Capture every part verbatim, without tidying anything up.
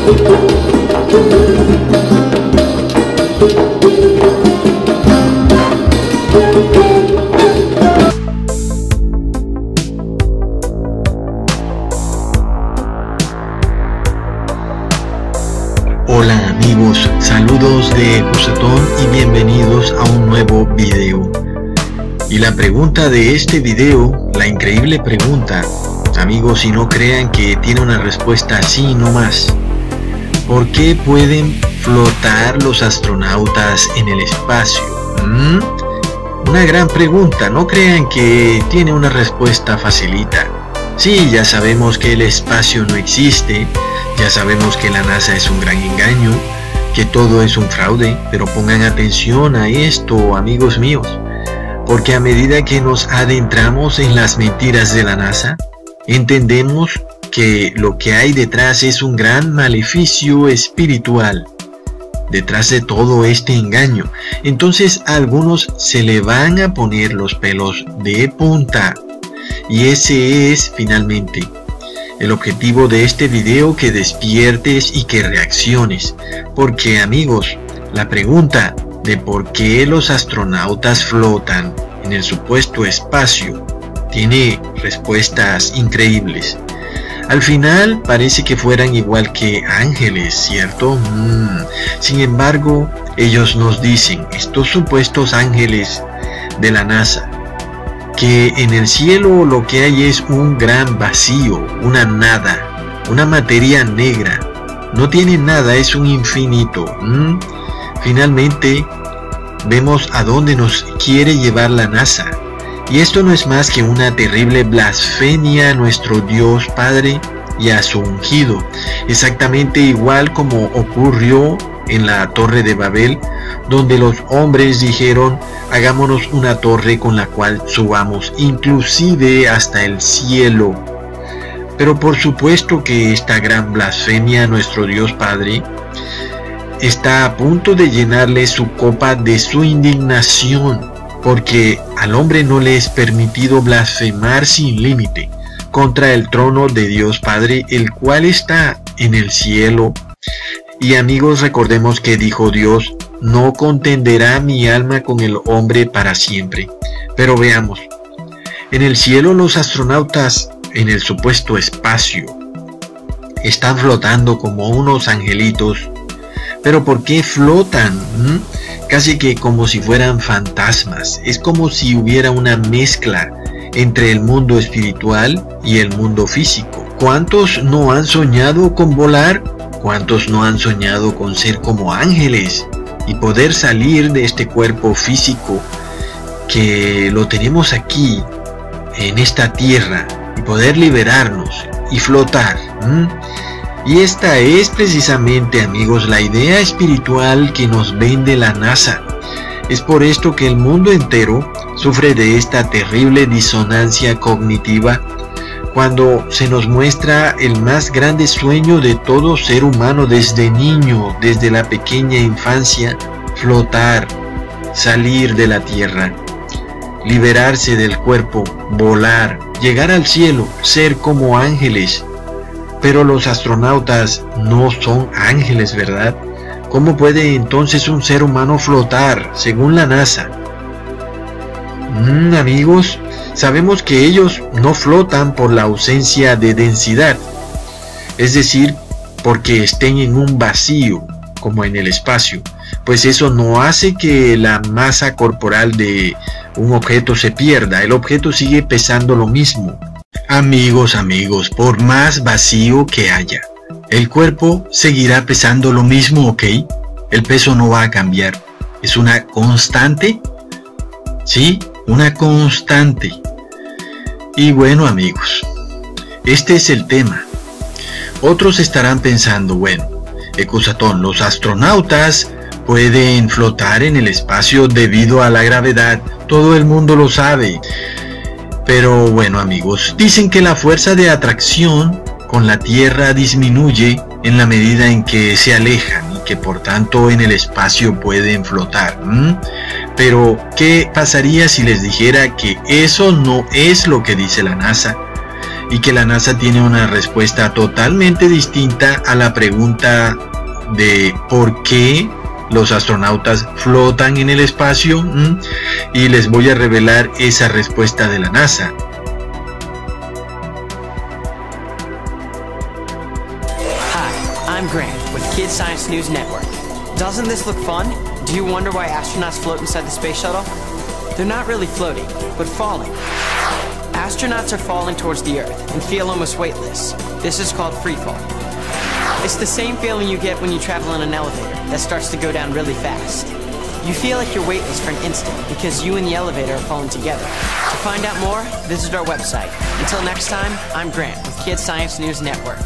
Hola amigos, saludos de Josetón y bienvenidos a un nuevo video. Y la pregunta de este video, la increíble pregunta, amigos, y no crean que tiene una respuesta así nomás. ¿Por qué pueden flotar los astronautas en el espacio? ¿Mm? Una gran pregunta, no crean que tiene una respuesta facilita. Sí, ya sabemos que el espacio no existe, ya sabemos que la NASA es un gran engaño, que todo es un fraude, pero pongan atención a esto, amigos míos, porque a medida que nos adentramos en las mentiras de la NASA, entendemos que lo que hay detrás es un gran maleficio espiritual, detrás de todo este engaño. Entonces a algunos se le van a poner los pelos de punta, y ese es finalmente el objetivo de este video, que despiertes y que reacciones, porque amigos, la pregunta de por qué los astronautas flotan en el supuesto espacio tiene respuestas increíbles. Al final parece que fueran igual que ángeles, ¿cierto? Mm. Sin embargo, ellos nos dicen, estos supuestos ángeles de la NASA, que en el cielo lo que hay es un gran vacío, una nada, una materia negra. No tiene nada, es un infinito. ¿Mm? Finalmente, vemos a dónde nos quiere llevar la NASA. Y esto no es más que una terrible blasfemia a nuestro Dios Padre y a su ungido. Exactamente igual como ocurrió en la Torre de Babel, donde los hombres dijeron, hagámonos una torre con la cual subamos inclusive hasta el cielo. Pero por supuesto que esta gran blasfemia a nuestro Dios Padre está a punto de llenarle su copa de su indignación, porque al hombre no le es permitido blasfemar sin límite contra el trono de Dios Padre, el cual está en el cielo. Y amigos, recordemos que dijo Dios, no contenderá mi alma con el hombre para siempre. Pero veamos, en el cielo los astronautas en el supuesto espacio están flotando como unos angelitos. Pero ¿por qué flotan? ¿Mm? Casi que como si fueran fantasmas. Es como si hubiera una mezcla entre el mundo espiritual y el mundo físico. ¿Cuántos no han soñado con volar? ¿Cuántos no han soñado con ser como ángeles y poder salir de este cuerpo físico que lo tenemos aquí en esta tierra y poder liberarnos y flotar? ¿Mm? Y esta es precisamente, amigos, la idea espiritual que nos vende la NASA. Es por esto que el mundo entero sufre de esta terrible disonancia cognitiva cuando se nos muestra el más grande sueño de todo ser humano desde niño, desde la pequeña infancia: flotar, salir de la tierra, liberarse del cuerpo, volar, llegar al cielo, ser como ángeles. Pero los astronautas no son ángeles, ¿verdad? ¿Cómo puede entonces un ser humano flotar, según la NASA? Mm, amigos, sabemos que ellos no flotan por la ausencia de densidad, es decir, porque estén en un vacío, como en el espacio, pues eso no hace que la masa corporal de un objeto se pierda, el objeto sigue pesando lo mismo. Amigos, amigos, por más vacío que haya, el cuerpo seguirá pesando lo mismo, ¿ok? El peso no va a cambiar, es una constante, ¿sí? Una constante. Y bueno, amigos, este es el tema. Otros estarán pensando, bueno, Ecusatón, los astronautas pueden flotar en el espacio debido a la gravedad, todo el mundo lo sabe. Pero bueno, amigos, dicen que la fuerza de atracción con la Tierra disminuye en la medida en que se alejan y que por tanto en el espacio pueden flotar. ¿Mm? Pero ¿qué pasaría si les dijera que eso no es lo que dice la NASA? y que la NASA tiene una respuesta totalmente distinta a la pregunta de por qué los astronautas flotan en el espacio, ¿Mm? y les voy a revelar esa respuesta de la NASA. Hi, I'm Grant with Kids Science News Network. Doesn't this look fun? Do you wonder why astronauts float inside the space shuttle? They're not really floating, but falling. Astronauts are falling towards the Earth and feel almost weightless. This is called free fall. It's the same feeling you get when you travel in an elevator that starts to go down really fast. You feel like you're weightless for an instant because you and the elevator are falling together. To find out more, visit our website. Until next time, I'm Grant with Kids Science News Network.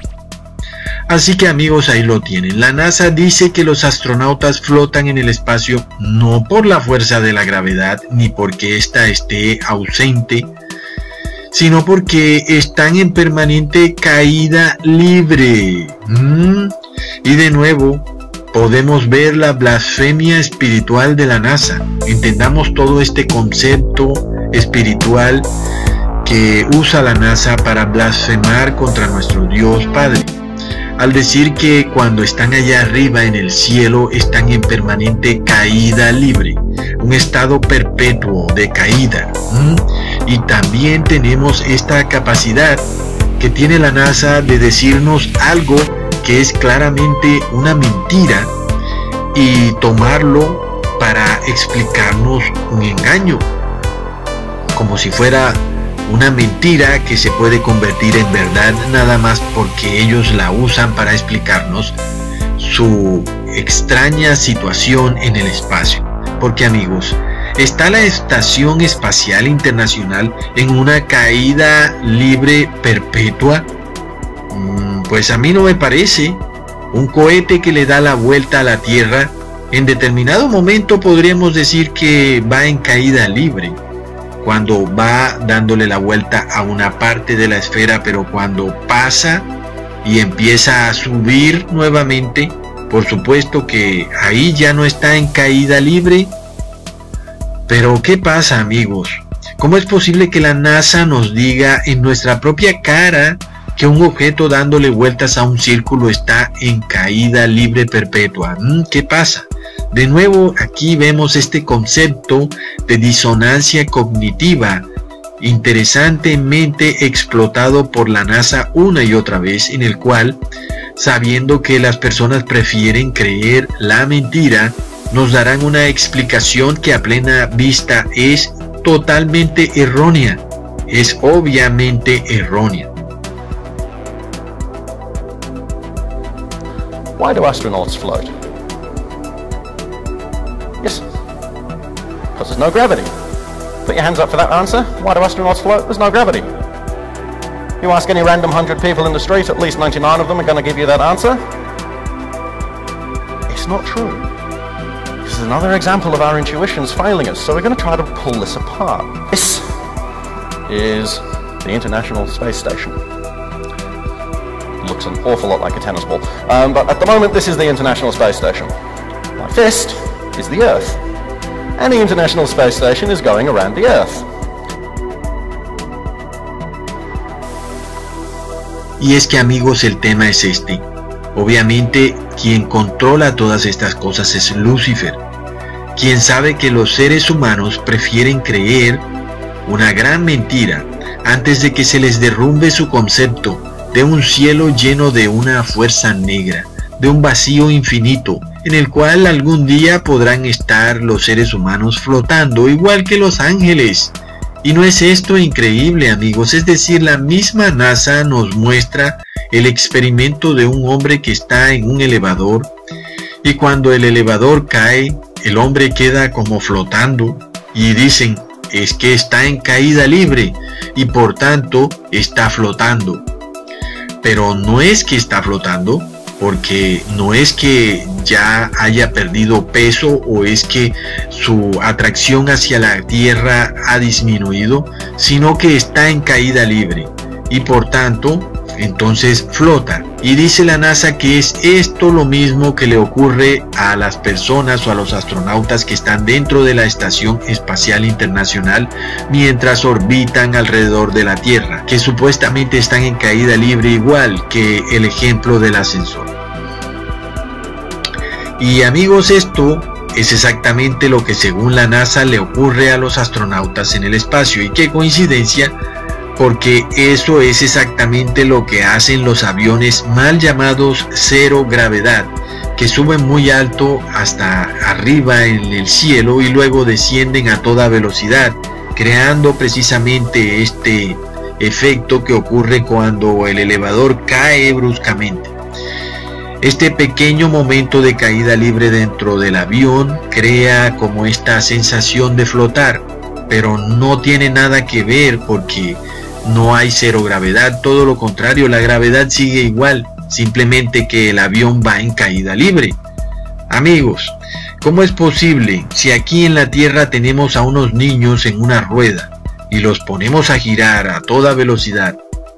Así que amigos, ahí lo tienen. La NASA dice que los astronautas flotan en el espacio no por la fuerza de la gravedad ni porque ésta esté ausente, sino porque están en permanente caída libre. ¿Mm? Y de nuevo, podemos ver la blasfemia espiritual de la NASA. Entendamos todo este concepto espiritual que usa la NASA para blasfemar contra nuestro Dios Padre, al decir que cuando están allá arriba en el cielo están en permanente caída libre, un estado perpetuo de caída. ¿Mm? Y también tenemos esta capacidad que tiene la NASA de decirnos algo que es claramente una mentira y tomarlo para explicarnos un engaño, como si fuera una mentira que se puede convertir en verdad nada más porque ellos la usan para explicarnos su extraña situación en el espacio. Porque amigos, ¿está la Estación Espacial Internacional en una caída libre perpetua? Mm, pues a mí no me parece. Un cohete que le da la vuelta a la Tierra, en determinado momento podríamos decir que va en caída libre, cuando va dándole la vuelta a una parte de la esfera, pero cuando pasa y empieza a subir nuevamente, por supuesto que ahí ya no está en caída libre. Pero ¿qué pasa, amigos? ¿Cómo es posible que la NASA nos diga en nuestra propia cara que un objeto dándole vueltas a un círculo está en caída libre perpetua? ¿Qué pasa? De nuevo, aquí vemos este concepto de disonancia cognitiva interesantemente explotado por la NASA una y otra vez, en el cual, sabiendo que las personas prefieren creer la mentira, nos darán una explicación que a plena vista es totalmente errónea, es obviamente errónea. Why do astronauts float? Yes, because there's no gravity. Put your hands up for that answer. Why do astronauts float? There's no gravity. You ask any random hundred people in the street, at least ninety-nine of them are going to give you that answer. It's not true. This is another example of our intuitions failing us, so we're going to try to pull this apart. This is the International Space Station. Looks an awful lot like a tennis ball, um, but at the moment this is the International Space Station. My fist is the Earth, and the International Space Station is going around the Earth. Y es que amigos, el tema es este. Obviamente quien controla todas estas cosas es Lucifer, quien sabe que los seres humanos prefieren creer una gran mentira antes de que se les derrumbe su concepto de un cielo lleno de una fuerza negra, de un vacío infinito, en el cual algún día podrán estar los seres humanos flotando igual que los ángeles. Y no es esto increíble, amigos, es decir, la misma NASA nos muestra el experimento de un hombre que está en un elevador, y cuando el elevador cae, el hombre queda como flotando, y dicen, es que está en caída libre, y por tanto está flotando. Pero no es que está flotando, porque no es que ya haya perdido peso o es que su atracción hacia la Tierra ha disminuido, sino que está en caída libre y por tanto entonces flota. Y dice la NASA que es esto lo mismo que le ocurre a las personas o a los astronautas que están dentro de la Estación Espacial Internacional mientras orbitan alrededor de la Tierra, que supuestamente están en caída libre, igual que el ejemplo del ascensor. Y amigos, esto es exactamente lo que según la NASA le ocurre a los astronautas en el espacio. Y qué coincidencia, porque eso es exactamente lo que hacen los aviones mal llamados cero gravedad, que suben muy alto hasta arriba en el cielo y luego descienden a toda velocidad, creando precisamente este efecto que ocurre cuando el elevador cae bruscamente. Este pequeño momento de caída libre dentro del avión crea como esta sensación de flotar, pero no tiene nada que ver porque no hay cero gravedad, todo lo contrario, la gravedad sigue igual, simplemente que el avión va en caída libre. Amigos, ¿cómo es posible si aquí en la Tierra tenemos a unos niños en una rueda y los ponemos a girar a toda velocidad?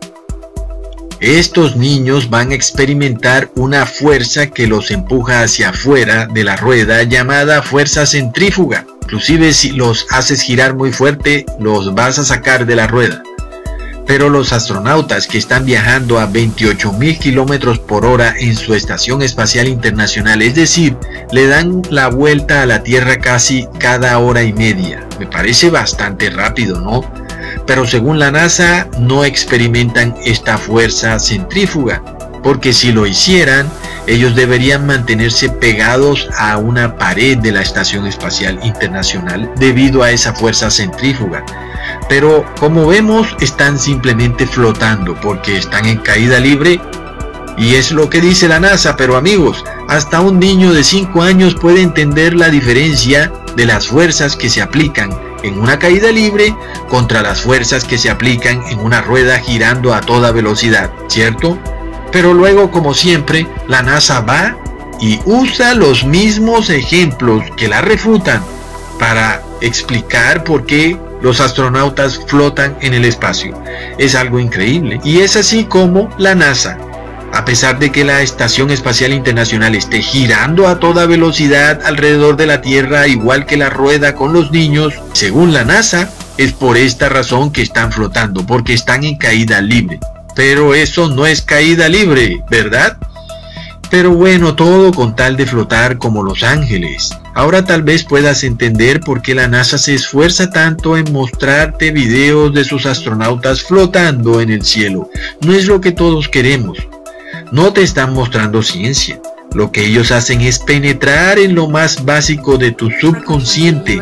Estos niños van a experimentar una fuerza que los empuja hacia afuera de la rueda llamada fuerza centrífuga. Inclusive si los haces girar muy fuerte, los vas a sacar de la rueda. Pero los astronautas que están viajando a veintiocho mil kilómetros por hora en su Estación Espacial Internacional, es decir, le dan la vuelta a la Tierra casi cada hora y media. Me parece bastante rápido, ¿no? Pero según la NASA no experimentan esta fuerza centrífuga, porque si lo hicieran, ellos deberían mantenerse pegados a una pared de la Estación Espacial Internacional debido a esa fuerza centrífuga. Pero como vemos, están simplemente flotando porque están en caída libre, y es lo que dice la NASA. Pero amigos, hasta un niño de cinco años puede entender la diferencia de las fuerzas que se aplican en una caída libre contra las fuerzas que se aplican en una rueda girando a toda velocidad, ¿cierto? Pero luego, como siempre, la NASA va y usa los mismos ejemplos que la refutan para explicar por qué los astronautas flotan en el espacio. Es algo increíble. Y es así como la NASA, a pesar de que la Estación Espacial Internacional esté girando a toda velocidad alrededor de la Tierra, igual que la rueda con los niños, según la NASA, es por esta razón que están flotando, porque están en caída libre. Pero eso no es caída libre, ¿verdad? Pero bueno, todo con tal de flotar como los ángeles. Ahora tal vez puedas entender por qué la NASA se esfuerza tanto en mostrarte videos de sus astronautas flotando en el cielo. No es lo que todos queremos. No te están mostrando ciencia. Lo que ellos hacen es penetrar en lo más básico de tu subconsciente.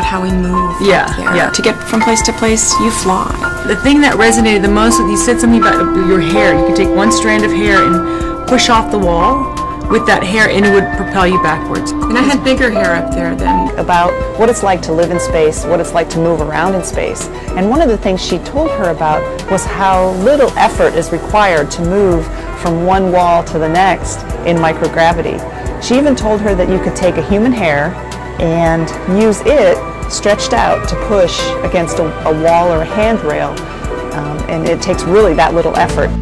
Yeah, yeah. To get from place to place, you fly. The thing that resonated the most with you said something about your hair. You could take one strand of hair and push off the wall with that hair and it would propel you backwards. And I had bigger hair up there than... About what it's like to live in space, what it's like to move around in space. And one of the things she told her about was how little effort is required to move from one wall to the next in microgravity. She even told her that you could take a human hair and use it stretched out to push against a, a wall or a handrail. Um, and it takes really that little effort.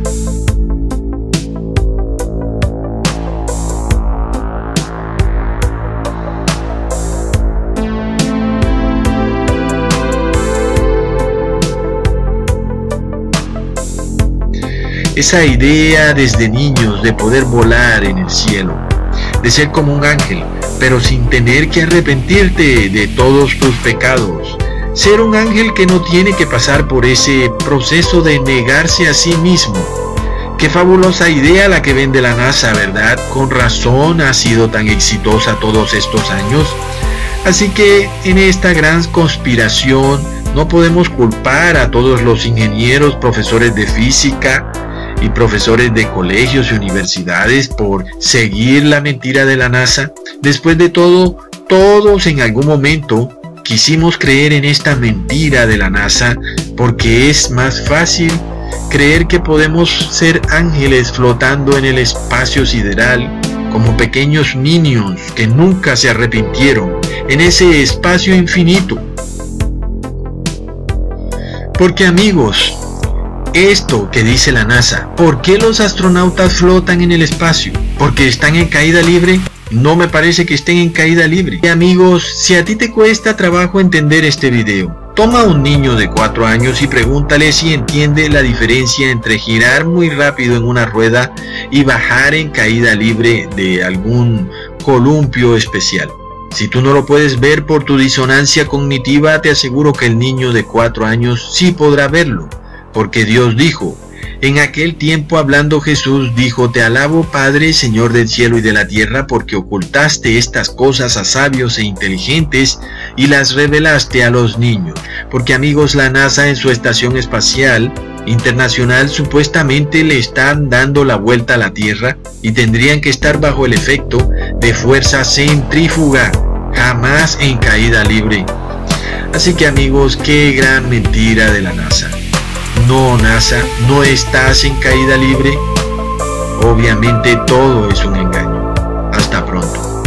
Esa idea desde niños de poder volar en el cielo, de ser como un ángel, pero sin tener que arrepentirte de todos tus pecados. Ser un ángel que no tiene que pasar por ese proceso de negarse a sí mismo. Qué fabulosa idea la que vende la NASA, ¿verdad? Con razón ha sido tan exitosa todos estos años. Así que en esta gran conspiración no podemos culpar a todos los ingenieros, profesores de física y profesores de colegios y universidades por seguir la mentira de la NASA. Después de todo, todos en algún momento quisimos creer en esta mentira de la NASA porque es más fácil creer que podemos ser ángeles flotando en el espacio sideral como pequeños minions que nunca se arrepintieron en ese espacio infinito. Porque amigos, Esto que dice la NASA, ¿por qué los astronautas flotan en el espacio? ¿Porque están en caída libre? No me parece que estén en caída libre. Y amigos, si a ti te cuesta trabajo entender este video, toma a un niño de cuatro años y pregúntale si entiende la diferencia entre girar muy rápido en una rueda y bajar en caída libre de algún columpio especial. Si tú no lo puedes ver por tu disonancia cognitiva, te aseguro que el niño de cuatro años sí podrá verlo, porque Dios dijo, en aquel tiempo hablando Jesús dijo, te alabo Padre, Señor del cielo y de la tierra, porque ocultaste estas cosas a sabios e inteligentes y las revelaste a los niños. Porque amigos, la NASA en su estación espacial internacional supuestamente le están dando la vuelta a la Tierra y tendrían que estar bajo el efecto de fuerza centrífuga, jamás en caída libre. Así que amigos, qué gran mentira de la NASA. No, NASA, no estás en caída libre. Obviamente todo es un engaño. Hasta pronto.